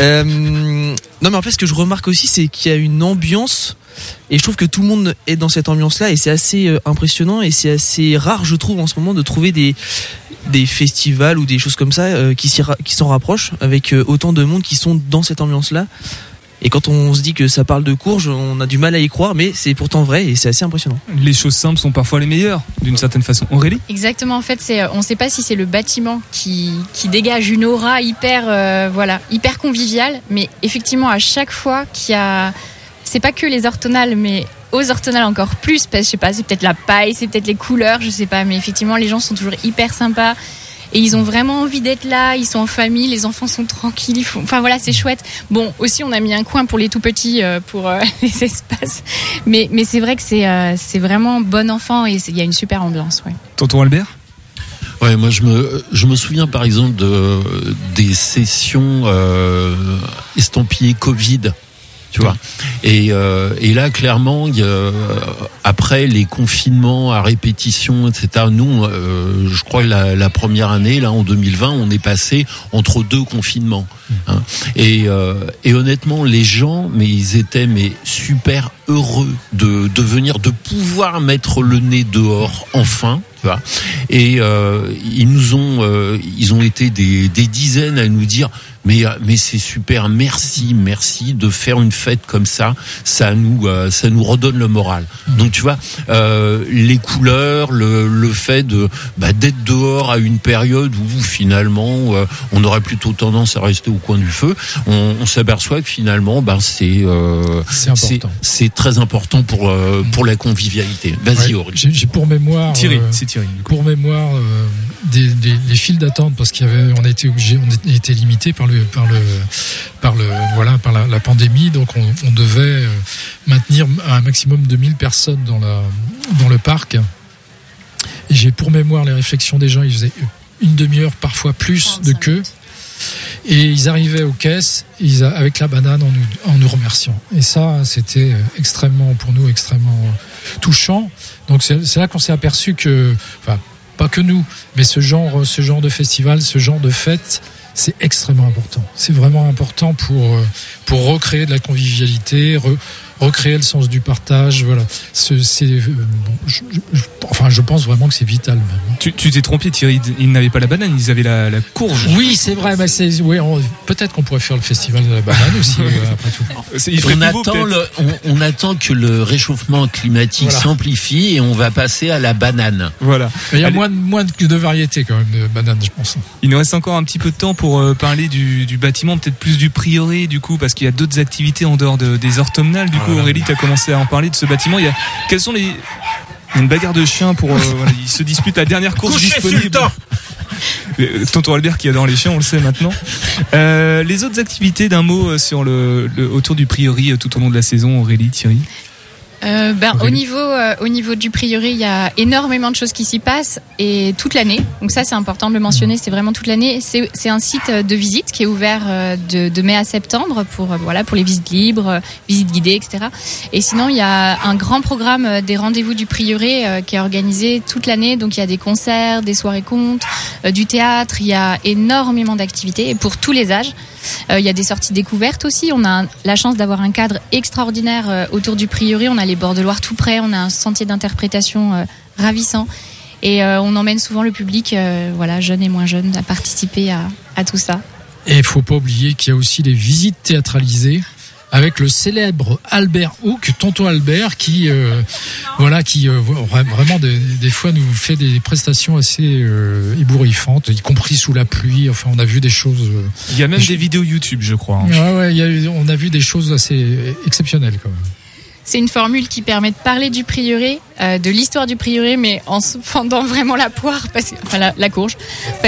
Non, mais en fait, ce que je remarque aussi, c'est qu'il y a une ambiance, et je trouve que tout le monde est dans cette ambiance-là, et c'est assez impressionnant, et c'est assez rare, je trouve, en ce moment, de trouver des festivals ou des choses comme ça qui s'en rapprochent, avec autant de monde qui sont dans cette ambiance-là. Et quand on se dit que ça parle de courge, on a du mal à y croire, mais c'est pourtant vrai et c'est assez impressionnant. Les choses simples sont parfois les meilleures, d'une certaine façon. Aurélie ? Exactement, en fait, on ne sait pas si c'est le bâtiment qui dégage une aura hyper conviviale, mais effectivement, à chaque fois c'est pas que les orthonales, mais aux orthonales encore plus, parce que je sais pas, c'est peut-être la paille, c'est peut-être les couleurs, je sais pas, mais effectivement, les gens sont toujours hyper sympas. Et ils ont vraiment envie d'être là, ils sont en famille, les enfants sont tranquilles, enfin voilà, c'est chouette. Bon, aussi on a mis un coin pour les tout petits, pour les espaces. Mais c'est vrai que c'est vraiment bon enfant et il y a une super ambiance, ouais. Tonton Albert ? Ouais, moi je me souviens par exemple des sessions estampillées Covid. Tu vois. Et là, clairement, après les confinements à répétition, etc. Nous, je crois que la première année, là, en 2020, on est passé entre deux confinements. Hein. Et honnêtement, les gens, mais ils étaient super heureux de venir, de pouvoir mettre le nez dehors enfin. Et ils ont été des dizaines à nous dire mais c'est super, merci de faire une fête comme ça nous redonne le moral. Donc tu vois, les couleurs, le fait d'être dehors à une période où finalement on aurait plutôt tendance à rester au coin du feu, on s'aperçoit que finalement c'est très important pour la convivialité. Vas-y, Aurélie. J'ai pour mémoire pour mémoire les files d'attente, parce on a été limité par la pandémie, donc on devait maintenir un maximum de 1000 personnes dans le parc. Et j'ai pour mémoire les réflexions des gens, ils faisaient une demi-heure, parfois plus de queue. Et ils arrivaient aux caisses avec la banane en nous remerciant. Et ça, c'était extrêmement touchant. Donc c'est là qu'on s'est aperçu que, enfin, pas que nous, mais ce genre de festival, ce genre de fête, c'est extrêmement important. C'est vraiment important pour recréer de la convivialité, recréer le sens du partage. Voilà. Je pense vraiment que c'est vital. Même. Tu t'es trompé, Thierry. Ils n'avaient pas la banane, ils avaient la courge. Oui, c'est vrai. Mais peut-être qu'on pourrait faire le festival de la banane aussi, après tout. On attend que le réchauffement climatique s'amplifie et on va passer à la banane. Voilà. Il y a moins de variétés quand même de bananes, je pense. Il nous reste encore un petit peu de temps pour parler du bâtiment, peut-être plus du prieuré, du coup, parce qu'il y a d'autres activités en dehors des orthomnales. Du coup, Aurélie, tu as commencé à en parler de ce bâtiment. Quelles sont une bagarre de chiens pour ils se disputent la dernière course disponible. Tonton Albert qui adore les chiens, on le sait maintenant. Les autres activités, d'un mot sur autour du prieuré tout au long de la saison, Aurélie, Thierry. Au niveau du prieuré, il y a énormément de choses qui s'y passent et toute l'année. Donc ça, c'est important de le mentionner. C'est vraiment toute l'année. C'est un site de visite qui est ouvert de mai à septembre pour les visites libres, visites guidées, etc. Et sinon, il y a un grand programme des rendez-vous du prieuré qui est organisé toute l'année. Donc il y a des concerts, des soirées contes, du théâtre. Il y a énormément d'activités et pour tous les âges. Il y a des sorties découvertes aussi. On a la chance d'avoir un cadre extraordinaire autour du prieuré. On a les bords de Loire tout près. On a un sentier d'interprétation ravissant. Et on emmène souvent le public, jeunes et moins jeunes, à participer à tout ça. Et il faut pas oublier qu'il y a aussi des visites théâtralisées avec le célèbre Albert Houck, tonton Albert, qui vraiment des fois nous fait des prestations assez ébouriffantes, y compris sous la pluie. Enfin, on a vu des choses. Il y a même des vidéos YouTube, je crois. On a vu des choses assez exceptionnelles quand même. C'est une formule qui permet de parler du prieuré, de l'histoire du prieuré, mais en se fendant vraiment la poire, la courge,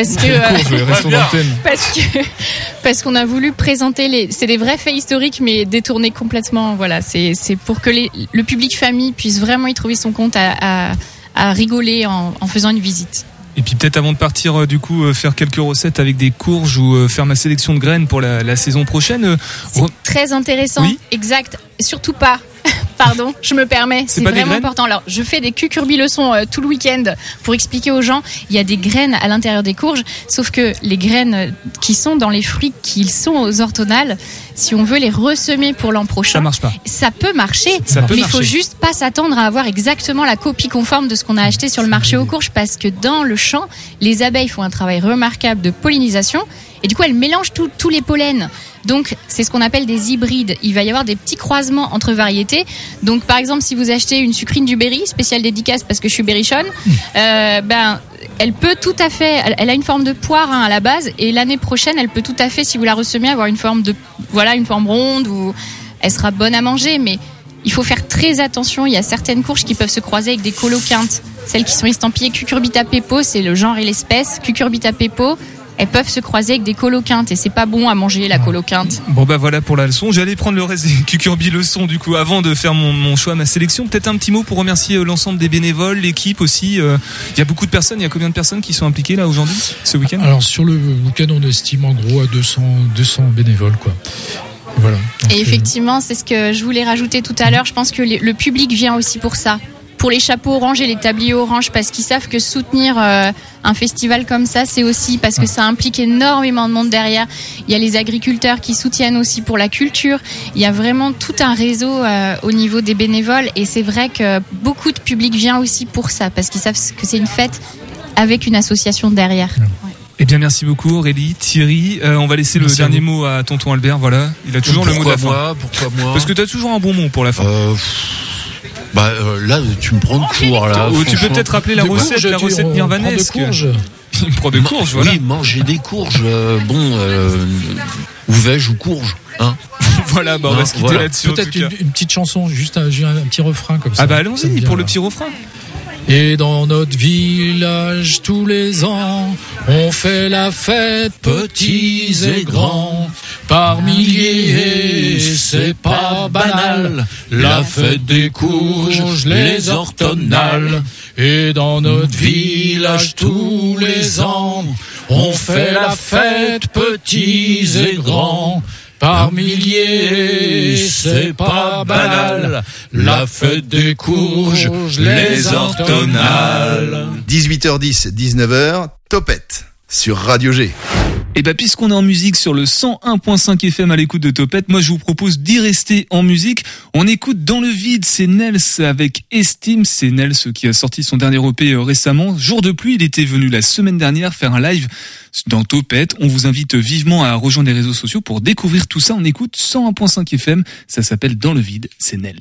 parce qu'on a voulu présenter c'est des vrais faits historiques, mais détournés complètement. Voilà, c'est pour que le public famille puisse vraiment y trouver son compte à rigoler en faisant une visite. Et puis peut-être avant de partir, faire quelques recettes avec des courges ou faire ma sélection de graines pour la saison prochaine. C'est très intéressant. Oui. Exact. Surtout pas. Pardon, je me permets, c'est vraiment important. Alors, je fais des cucurbi-leçons tout le week-end pour expliquer aux gens. Il y a des graines à l'intérieur des courges, sauf que les graines qui sont dans les fruits qui sont aux orthonales, si on veut les ressemer pour l'an prochain, ça marche pas. Ça peut marcher, mais il faut juste pas s'attendre à avoir exactement la copie conforme de ce qu'on a acheté sur le marché aux courges, parce que dans le champ, les abeilles font un travail remarquable de pollinisation. Et du coup, elles mélangent tous les pollens. Donc, c'est ce qu'on appelle des hybrides. Il va y avoir des petits croisements entre variétés. Donc, par exemple, si vous achetez une sucrine du Berry, spéciale dédicace parce que je suis berrichonne, elle peut tout à fait, elle a une forme de poire à la base, et l'année prochaine, elle peut tout à fait, si vous la ressemez, avoir une forme ronde, ou elle sera bonne à manger, mais il faut faire très attention. Il y a certaines courges qui peuvent se croiser avec des coloquintes. Celles qui sont estampillées Cucurbita pepo, c'est le genre et l'espèce. Cucurbita pepo, elles peuvent se croiser avec des coloquintes et c'est pas bon à manger la coloquinte. Bon voilà pour la leçon. J'allais prendre le reste des cucurbi leçons du coup avant de faire mon choix, ma sélection. Peut-être un petit mot pour remercier l'ensemble des bénévoles, l'équipe aussi. Il y a beaucoup de personnes. Il y a combien de personnes qui sont impliquées là aujourd'hui, ce week-end ? Alors sur le week-end, on estime en gros à 200 bénévoles quoi. Voilà. Donc, et effectivement, c'est ce que je voulais rajouter tout à l'heure. Je pense que le public vient aussi pour ça. Pour les chapeaux orange et les tabliers orange, parce qu'ils savent que soutenir un festival comme ça, c'est aussi parce que ça implique énormément de monde derrière. Il y a les agriculteurs qui soutiennent aussi pour la culture. Il y a vraiment tout un réseau au niveau des bénévoles, et c'est vrai que beaucoup de public vient aussi pour ça, parce qu'ils savent que c'est une fête avec une association derrière. Ouais. Eh bien, merci beaucoup Aurélie, Thierry. On va laisser le dernier mot à tonton Albert. Voilà, il a toujours le mot de la fin. Pourquoi moi ? Parce que tu as toujours un bon mot pour la fin. Là, tu me prends de court, là. Tu peux peut-être rappeler la recette nirvanaesque. Il prend de courges, voilà. Oui, manger des courges. Ou vège ou courge, hein. Voilà, on va se quitter là-dessus. Peut-être une petite chanson, juste un petit refrain comme ça. Ah allons-y pour le petit refrain. Et dans notre village, tous les ans, on fait la fête, petits et grands, par milliers, c'est pas banal, la fête des courges, les orthonales. Et dans notre village, tous les ans, on fait la fête, petits et grands, par milliers, c'est pas banal, la fête des courges, les orthonales. 18h10, 19h, Topette sur Radio G. Et puisqu'on est en musique sur le 101.5 FM à l'écoute de Topette, moi je vous propose d'y rester en musique. On écoute Dans le vide, c'est Nels avec Estime. C'est Nels qui a sorti son dernier EP récemment. Jour de pluie, il était venu la semaine dernière faire un live dans Topette. On vous invite vivement à rejoindre les réseaux sociaux pour découvrir tout ça. On écoute 101.5 FM, ça s'appelle Dans le vide, c'est Nels.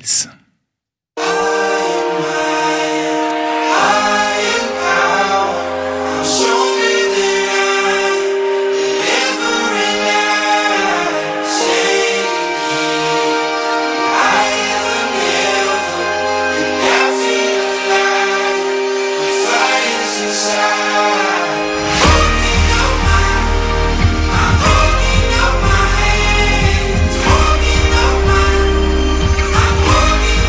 Holding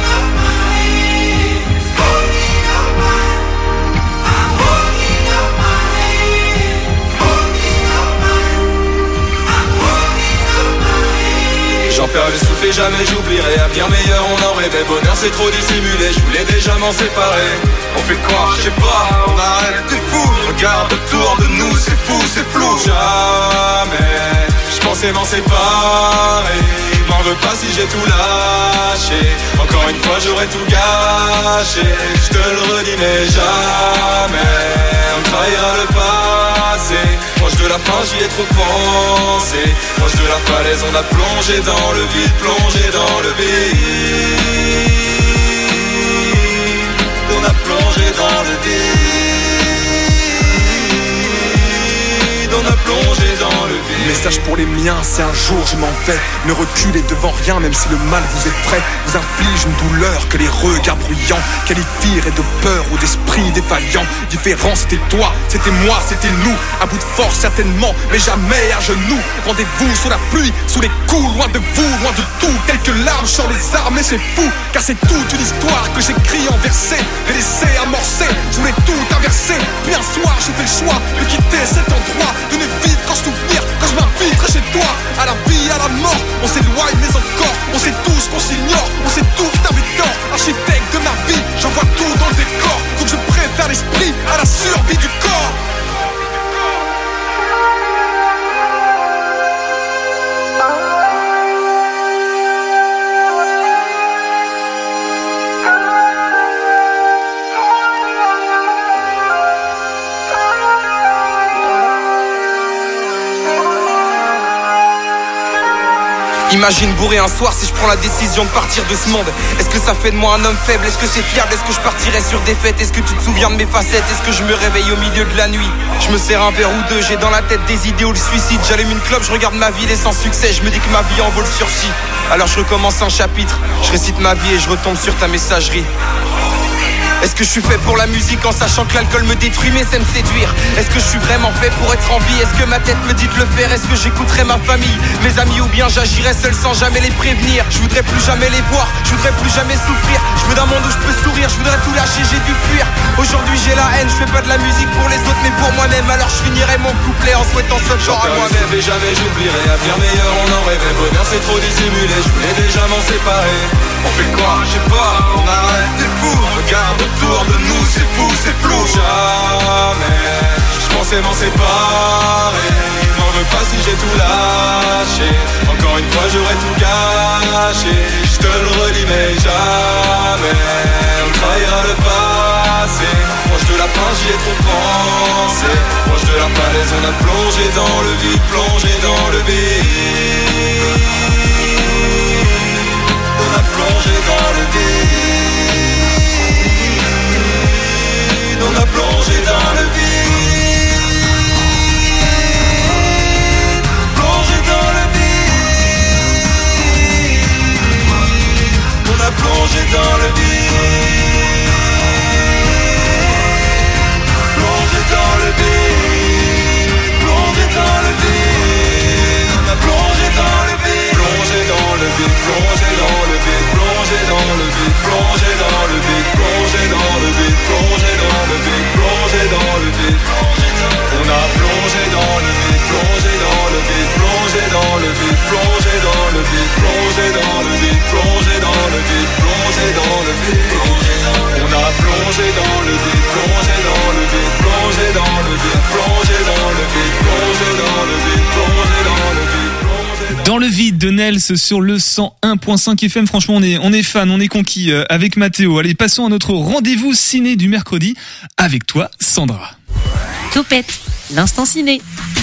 jamais j'oublierai. Avenir meilleur, on en rêvait. Bonheur, c'est trop dissimulé. Je voulais déjà m'en séparer. On fait quoi? Je sais pas, on arrête, t'es fou. Regarde autour de nous, c'est fou, c'est flou. Jamais, je pensais m'en séparer. M'en veux pas si j'ai tout lâché. Encore une fois j'aurais tout gâché. Je te le redis mais jamais on trahira le passé. Proche de la fin j'y ai trop pensé. Proche de la falaise on a plongé dans le vide. Plongé dans le vide. On a plongé dans le vide. On a plongé dans le vide. Message pour les miens, c'est un jour je m'en vais. Ne reculez devant rien même si le mal vous effraie. Vous inflige une douleur que les regards bruyants qualifieraient de peur ou d'esprit défaillant. Différent c'était toi, c'était moi, c'était nous. À bout de force certainement, mais jamais à genoux. Rendez-vous sous la pluie, sous les coups. Loin de vous, loin de tout. Quelques larmes sur les armes et c'est fou. Car c'est toute une histoire que j'écris en versets. Et laissé amorcer, je voulais tout inverser. Puis un soir j'ai fait le choix de quitter cet endroit. De ne vivre qu'en souvenir, quand je m'inviterai chez toi. À la vie, à la mort, on s'éloigne mais encore. On sait tous qu'on s'ignore, on sait tous que t'avais tort. Architecte de ma vie, j'en vois tout dans le décor. Donc je préfère l'esprit à la survie du corps. Imagine bourré un soir si je prends la décision de partir de ce monde. Est-ce que ça fait de moi un homme faible? Est-ce que c'est fiable? Est-ce que je partirais sur des fêtes? Est-ce que tu te souviens de mes facettes? Est-ce que je me réveille au milieu de la nuit? Je me sers un verre ou deux, j'ai dans la tête des idées ou le suicide. J'allume une clope, je regarde ma ville et sans succès. Je me dis que ma vie en vaut le sursis. Alors je recommence un chapitre, je récite ma vie et je retombe sur ta messagerie. Est-ce que je suis fait pour la musique en sachant que l'alcool me détruit mais c'est me séduire? Est-ce que je suis vraiment fait pour être en vie? Est-ce que ma tête me dit de le faire? Est-ce que j'écouterai ma famille, mes amis ou bien j'agirai seul sans jamais les prévenir? Je voudrais plus jamais les voir, je voudrais plus jamais souffrir. Je veux d'un monde où je peux sourire, je voudrais tout lâcher, j'ai dû fuir. Aujourd'hui j'ai la haine, je fais pas de la musique pour les autres mais pour moi-même. Alors je finirai mon couplet en souhaitant ce genre à moi-même. Et jamais j'oublierai, avenir meilleur on en rêvait. Bonheur c'est trop dissimulé, je voulais déjà m'en séparer. On fait quoi? Je sais pas, on arrête, t'es fou. Regarde autour de nous, c'est fou, c'est flou. Jamais, je pensais m'en séparer. M'en veux pas si j'ai tout lâché. Encore une fois j'aurais tout gâché. Je te le redis mais jamais on trahira le passé. Proche de la fin j'y ai trop pensé. Proche de la falaise on a plongé dans le vide. Plongé dans le vide. On a plongé dans le vide. On a plongé dans le vide. Plongé dans le vide. On a plongé dans le vide. Plongé dans le vide. Plongé dans le vide. On a plongé dans le vide. Plongé dans le vide. Plongé dans le vide. Plongé dans le vide. Plongé dans le vide. Plongé dans le vide. Plongé dans le vide. Plongé dans le vide. On a plongé dans le vide. Plongé dans le vide. Plongé dans le vide. Plongé dans le vide. Plongé dans le vide. Plongé dans le vide. Plongé dans le vide. On a plongé dans le vide. Plongé dans le vide. Plongé dans le vide. Plongé dans le vide. Plongé dans le vide. Plongé dans le vide. Dans le vide de Nels sur le 101.5 FM. Franchement, on est fan, on est conquis avec Mathéo. Allez, passons à notre rendez-vous ciné du mercredi avec toi, Sandra. Topette, l'instant ciné.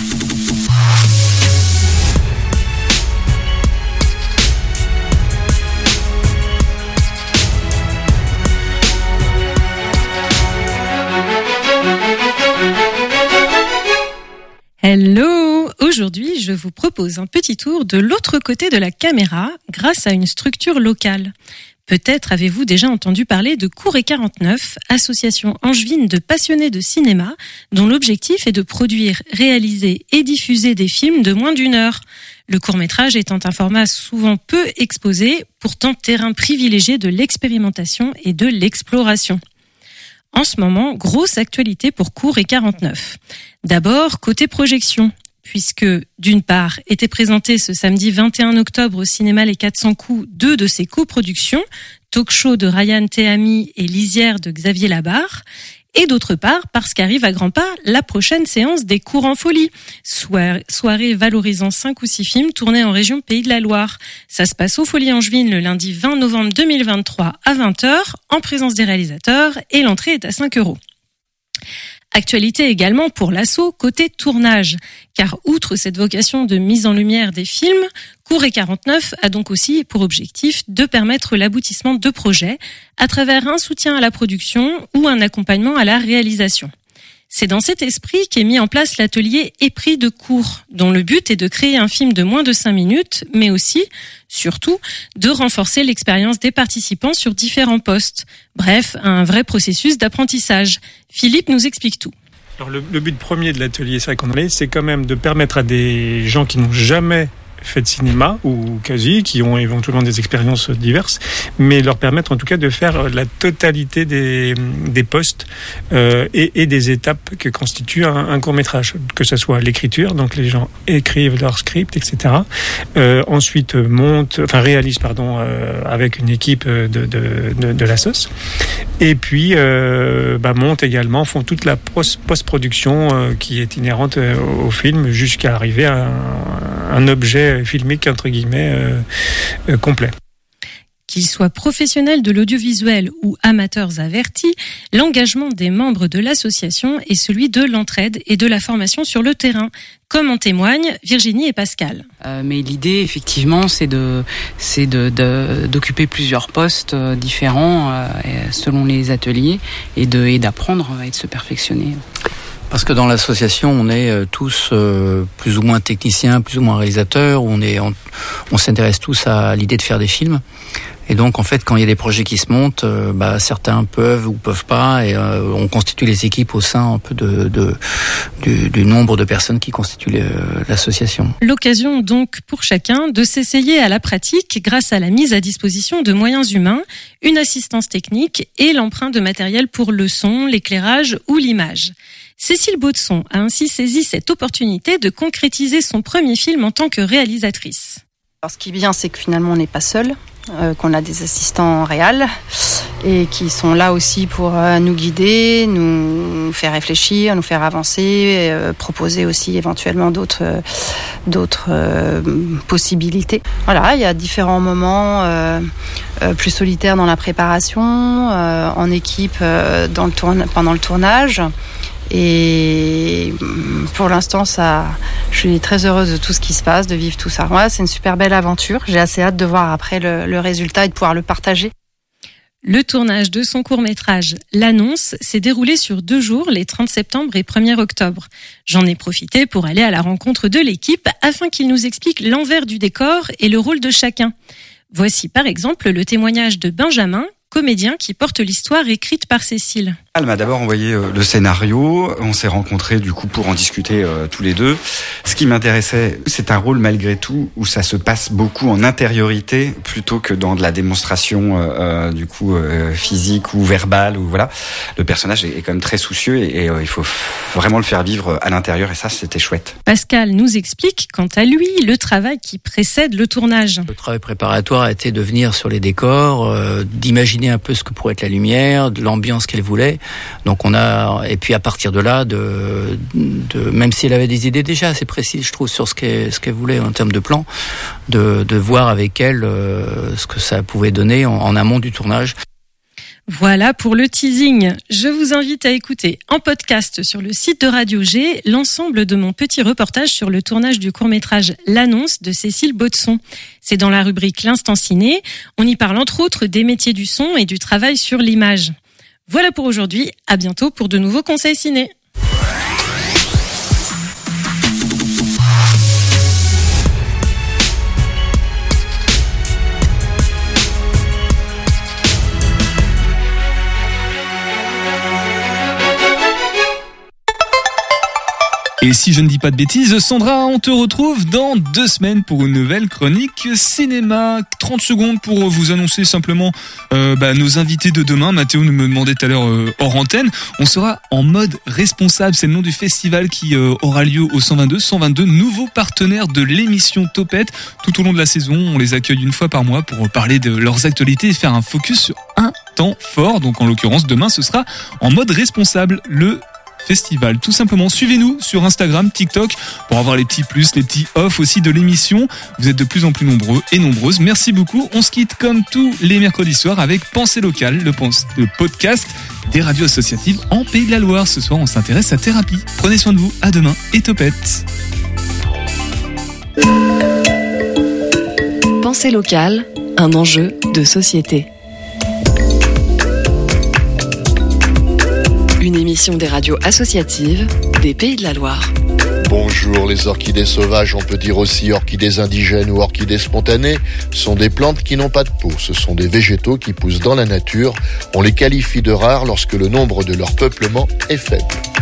Hello! Aujourd'hui, je vous propose un petit tour de l'autre côté de la caméra grâce à une structure locale. Peut-être avez-vous déjà entendu parler de Court et 49, association angevine de passionnés de cinéma, dont l'objectif est de produire, réaliser et diffuser des films de moins d'1 heure. Le court-métrage étant un format souvent peu exposé, pourtant terrain privilégié de l'expérimentation et de l'exploration. En ce moment, grosse actualité pour Court et 49. D'abord, côté projection. puisque, d'une part, étaient présentés ce samedi 21 octobre au cinéma Les 400 coups 2 de ses coproductions, Talk Show de Ryan Tehami et Lisière de Xavier Labarre, et d'autre part, parce qu'arrive à grands pas la prochaine séance des Cours en folie, soirée valorisant 5 ou 6 films tournés en région Pays de la Loire. Ça se passe aux Folies Angevines le lundi 20 novembre 2023 à 20h, en présence des réalisateurs, et l'entrée est à 5 €. Actualité également pour l'assaut côté tournage, car outre cette vocation de mise en lumière des films, Cours et 49 a donc aussi pour objectif de permettre l'aboutissement de projets à travers un soutien à la production ou un accompagnement à la réalisation. C'est dans cet esprit qu'est mis en place l'atelier Épris de cours, dont le but est de créer un film de moins de 5 minutes, mais aussi, surtout, de renforcer l'expérience des participants sur différents postes. Bref, un vrai processus d'apprentissage. Philippe nous explique tout. Alors le but premier de l'atelier, c'est vrai qu'on en est, c'est quand même de permettre à des gens qui n'ont jamais fait de cinéma, ou quasi, qui ont éventuellement des expériences diverses, mais leur permettre en tout cas de faire la totalité des postes et des étapes que constitue un court-métrage, que ce soit l'écriture, donc les gens écrivent leur script, etc. Ensuite réalisent avec une équipe de la sauce, et puis montent également, font toute la post-production qui est inhérente au film jusqu'à arriver à un objet filmique entre guillemets complet. Qu'ils soient professionnels de l'audiovisuel ou amateurs avertis, l'engagement des membres de l'association est celui de l'entraide et de la formation sur le terrain, comme en témoignent Virginie et Pascal. Mais l'idée, effectivement, c'est d'occuper plusieurs postes différents selon les ateliers et d'apprendre et de se perfectionner. Parce que dans l'association, on est tous plus ou moins techniciens, plus ou moins réalisateurs, on s'intéresse tous à l'idée de faire des films. Et donc, en fait, quand il y a des projets qui se montent, certains peuvent ou peuvent pas, et on constitue les équipes au sein un peu du nombre de personnes qui constituent l'association. L'occasion donc pour chacun de s'essayer à la pratique grâce à la mise à disposition de moyens humains, une assistance technique et l'emprunt de matériel pour le son, l'éclairage ou l'image. Cécile Baudson a ainsi saisi cette opportunité de concrétiser son premier film en tant que réalisatrice. Alors, ce qui est bien, c'est que finalement on n'est pas seul, qu'on a des assistants réals et qui sont là aussi pour nous guider, nous faire réfléchir, nous faire avancer, proposer aussi éventuellement d'autres possibilités. Voilà, il y a différents moments plus solitaires dans la préparation, en équipe pendant le tournage. Et pour l'instant, je suis très heureuse de tout ce qui se passe, de vivre tout ça. Ouais, c'est une super belle aventure. J'ai assez hâte de voir après le résultat et de pouvoir le partager. Le tournage de son court-métrage L'Annonce s'est déroulé sur 2 jours, les 30 septembre et 1er octobre. J'en ai profité pour aller à la rencontre de l'équipe afin qu'ils nous expliquent l'envers du décor et le rôle de chacun. Voici par exemple le témoignage de Benjamin, comédien qui porte l'histoire écrite par Cécile. Elle m'a d'abord envoyé le scénario, on s'est rencontrés du coup pour en discuter tous les deux. Ce qui m'intéressait, c'est un rôle malgré tout où ça se passe beaucoup en intériorité plutôt que dans de la démonstration physique ou verbale, ou voilà. Le personnage est quand même très soucieux et il faut vraiment le faire vivre à l'intérieur, et ça c'était chouette. Pascal nous explique quant à lui le travail qui précède le tournage. Le travail préparatoire a été de venir sur les décors, d'imaginer un peu ce que pourrait être la lumière, de l'ambiance qu'elle voulait. Donc et puis à partir de là, même si elle avait des idées déjà assez précises, je trouve, sur ce qu'elle voulait en termes de plan, de voir avec elle ce que ça pouvait donner en amont du tournage. Voilà pour le teasing. Je vous invite à écouter en podcast sur le site de Radio G l'ensemble de mon petit reportage sur le tournage du court-métrage L'Annonce de Cécile Baudson. C'est dans la rubrique L'Instant Ciné. On y parle entre autres des métiers du son et du travail sur l'image. Voilà pour aujourd'hui. À bientôt pour de nouveaux conseils ciné. Et si je ne dis pas de bêtises, Sandra, on te retrouve dans 2 semaines pour une nouvelle chronique cinéma. 30 secondes pour vous annoncer simplement nos invités de demain. Mathéo nous me demandait tout à l'heure hors antenne. On sera en mode responsable. C'est le nom du festival qui aura lieu au 122. 122 nouveaux partenaires de l'émission Topette. Tout au long de la saison, on les accueille une fois par mois pour parler de leurs actualités et faire un focus sur un temps fort. Donc en l'occurrence, demain, ce sera en mode responsable, le festival. Tout simplement, suivez-nous sur Instagram, TikTok pour avoir les petits plus, les petits off aussi de l'émission. Vous êtes de plus en plus nombreux et nombreuses. Merci beaucoup. On se quitte comme tous les mercredis soirs avec Pensée locale, le podcast des radios associatives en Pays de la Loire. Ce soir, on s'intéresse à thérapie. Prenez soin de vous. À demain et Topette. Pensée locale, un enjeu de société. Une émission des radios associatives des Pays de la Loire. Bonjour, les orchidées sauvages, on peut dire aussi orchidées indigènes ou orchidées spontanées, sont des plantes qui n'ont pas de peau. Ce sont des végétaux qui poussent dans la nature. On les qualifie de rares lorsque le nombre de leur peuplement est faible.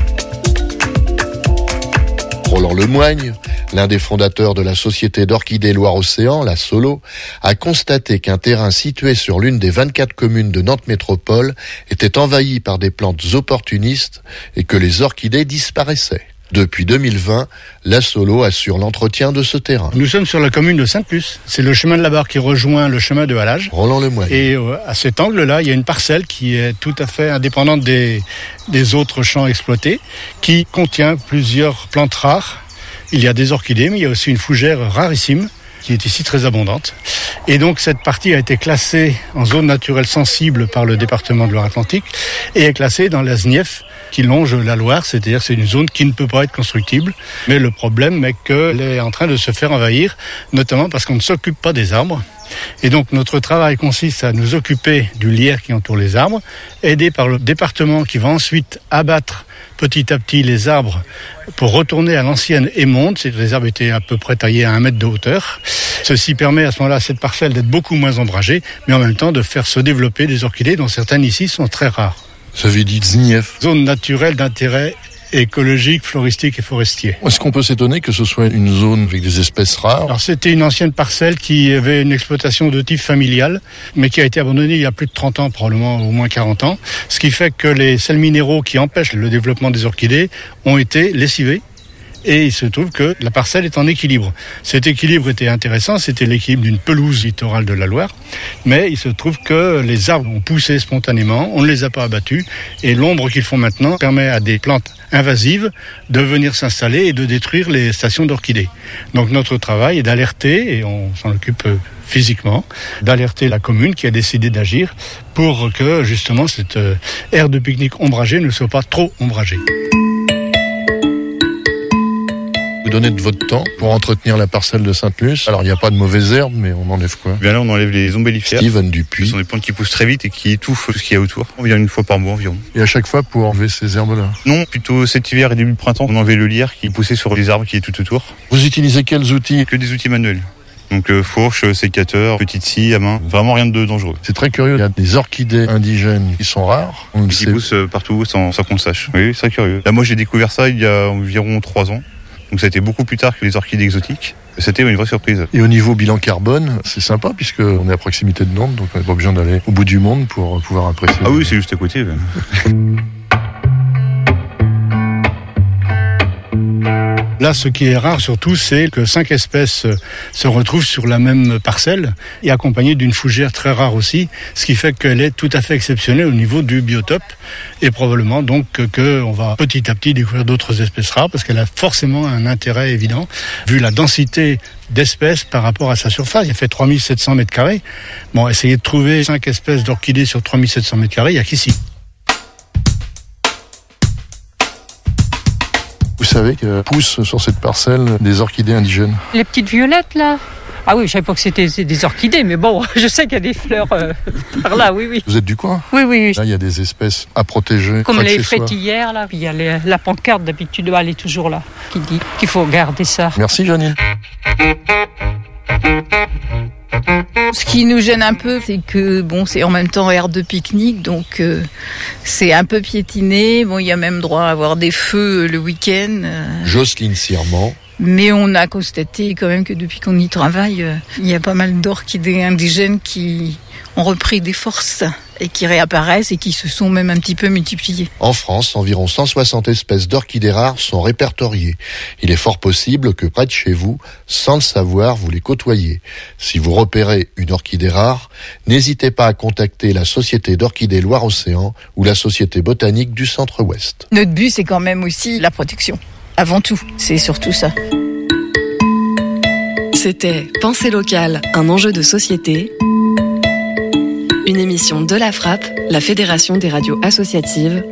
Roland Lemoigne, l'un des fondateurs de la Société d'Orchidées Loire-Océan, la SOLO, a constaté qu'un terrain situé sur l'une des 24 communes de Nantes Métropole était envahi par des plantes opportunistes et que les orchidées disparaissaient. Depuis 2020, la SOLO assure l'entretien de ce terrain. Nous sommes sur la commune de Sainte-Luce. C'est le chemin de la Barre qui rejoint le chemin de Halage. Roland Lemoigne. Et à cet angle-là, il y a une parcelle qui est tout à fait indépendante des autres champs exploités, qui contient plusieurs plantes rares. Il y a des orchidées, mais il y a aussi une fougère rarissime qui est ici très abondante. Et donc cette partie a été classée en zone naturelle sensible par le département de Loire-Atlantique et est classée dans la SNIEF qui longe la Loire, c'est-à-dire c'est une zone qui ne peut pas être constructible. Mais le problème est qu'elle est en train de se faire envahir, notamment parce qu'on ne s'occupe pas des arbres. Et donc notre travail consiste à nous occuper du lierre qui entoure les arbres, aidé par le département qui va ensuite abattre petit à petit les arbres pour retourner à l'ancienne émonde. Les arbres étaient à peu près taillés à 1 mètre de hauteur. Ceci permet à ce moment-là à cette parcelle d'être beaucoup moins ombragée, mais en même temps de faire se développer des orchidées dont certaines ici sont très rares. Ça veut dire ZNIEF. Zone naturelle d'intérêt écologique, floristique et forestier. Est-ce qu'on peut s'étonner que ce soit une zone avec des espèces rares ? Alors c'était une ancienne parcelle qui avait une exploitation de type familial, mais qui a été abandonnée il y a plus de 30 ans, probablement au moins 40 ans, ce qui fait que les sels minéraux qui empêchent le développement des orchidées ont été lessivés. Et il se trouve que la parcelle est en équilibre. Cet équilibre était intéressant, c'était l'équilibre d'une pelouse littorale de la Loire, mais il se trouve que les arbres ont poussé spontanément, on ne les a pas abattus, et l'ombre qu'ils font maintenant permet à des plantes invasives de venir s'installer et de détruire les stations d'orchidées. Donc notre travail est d'alerter, et on s'en occupe physiquement, d'alerter la commune qui a décidé d'agir pour que justement cette aire de pique-nique ombragée ne soit pas trop ombragée. Vous donnez de votre temps pour entretenir la parcelle de Sainte-Luce. Alors, il n'y a pas de mauvaises herbes, mais on enlève quoi ? Bien là, on enlève les ombellifères. Steven Dupuis. Ce sont des plantes qui poussent très vite et qui étouffent tout ce qu'il y a autour. On vient une fois par mois environ. Et à chaque fois pour enlever ces herbes-là ? Non, plutôt cet hiver et début de printemps, on enlevait le lierre qui poussait sur les arbres qui est tout autour. Vous utilisez quels outils ? Que des outils manuels. Donc fourche, sécateur, petite scie à main, vraiment rien de dangereux. C'est très curieux, il y a des orchidées indigènes qui sont rares. Qui poussent partout sans qu'on le sache. Oui, c'est très curieux. Là, moi j'ai découvert ça il y a environ 3 ans. Donc ça a été beaucoup plus tard que les orchidées exotiques. C'était une vraie surprise. Et au niveau bilan carbone, c'est sympa puisqu'on est à proximité de Nantes, donc on n'a pas besoin d'aller au bout du monde pour pouvoir apprécier. Ah oui, c'est juste à côté. Là, ce qui est rare surtout, c'est que 5 espèces se retrouvent sur la même parcelle et accompagnées d'une fougère très rare aussi, ce qui fait qu'elle est tout à fait exceptionnelle au niveau du biotope et probablement donc qu'on va petit à petit découvrir d'autres espèces rares parce qu'elle a forcément un intérêt évident vu la densité d'espèces par rapport à sa surface. Il fait 3700 mètres carrés. Bon, essayer de trouver 5 espèces d'orchidées sur 3700 mètres carrés, il n'y a qu'ici. Vous savez que poussent sur cette parcelle des orchidées indigènes. Les petites violettes, là ? Ah oui, je savais pas que c'était des orchidées, mais bon, je sais qu'il y a des fleurs par là, oui. Vous êtes du coin ? Oui. Là, il y a des espèces à protéger. Comme les frétillères, là. Il y a la pancarte, d'habitude, elle est toujours là, qui dit qu'il faut garder ça. Merci, Janine. Ce qui nous gêne un peu, c'est que bon, c'est en même temps aire de pique-nique, donc c'est un peu piétiné. Bon, il y a même droit à avoir des feux le week-end. Jocelyne Sirement. Mais on a constaté quand même que depuis qu'on y travaille, il y a pas mal d'orchidées indigènes qui ont repris des forces et qui réapparaissent et qui se sont même un petit peu multipliées. En France, environ 160 espèces d'orchidées rares sont répertoriées. Il est fort possible que près de chez vous, sans le savoir, vous les côtoyez. Si vous repérez une orchidée rare, n'hésitez pas à contacter la Société d'Orchidées Loire-Océan ou la Société Botanique du Centre-Ouest. Notre but, c'est quand même aussi la protection. Avant tout, c'est surtout ça. C'était Pensée locale, un enjeu de société. Une émission de la Frappe, la Fédération des radios associatives,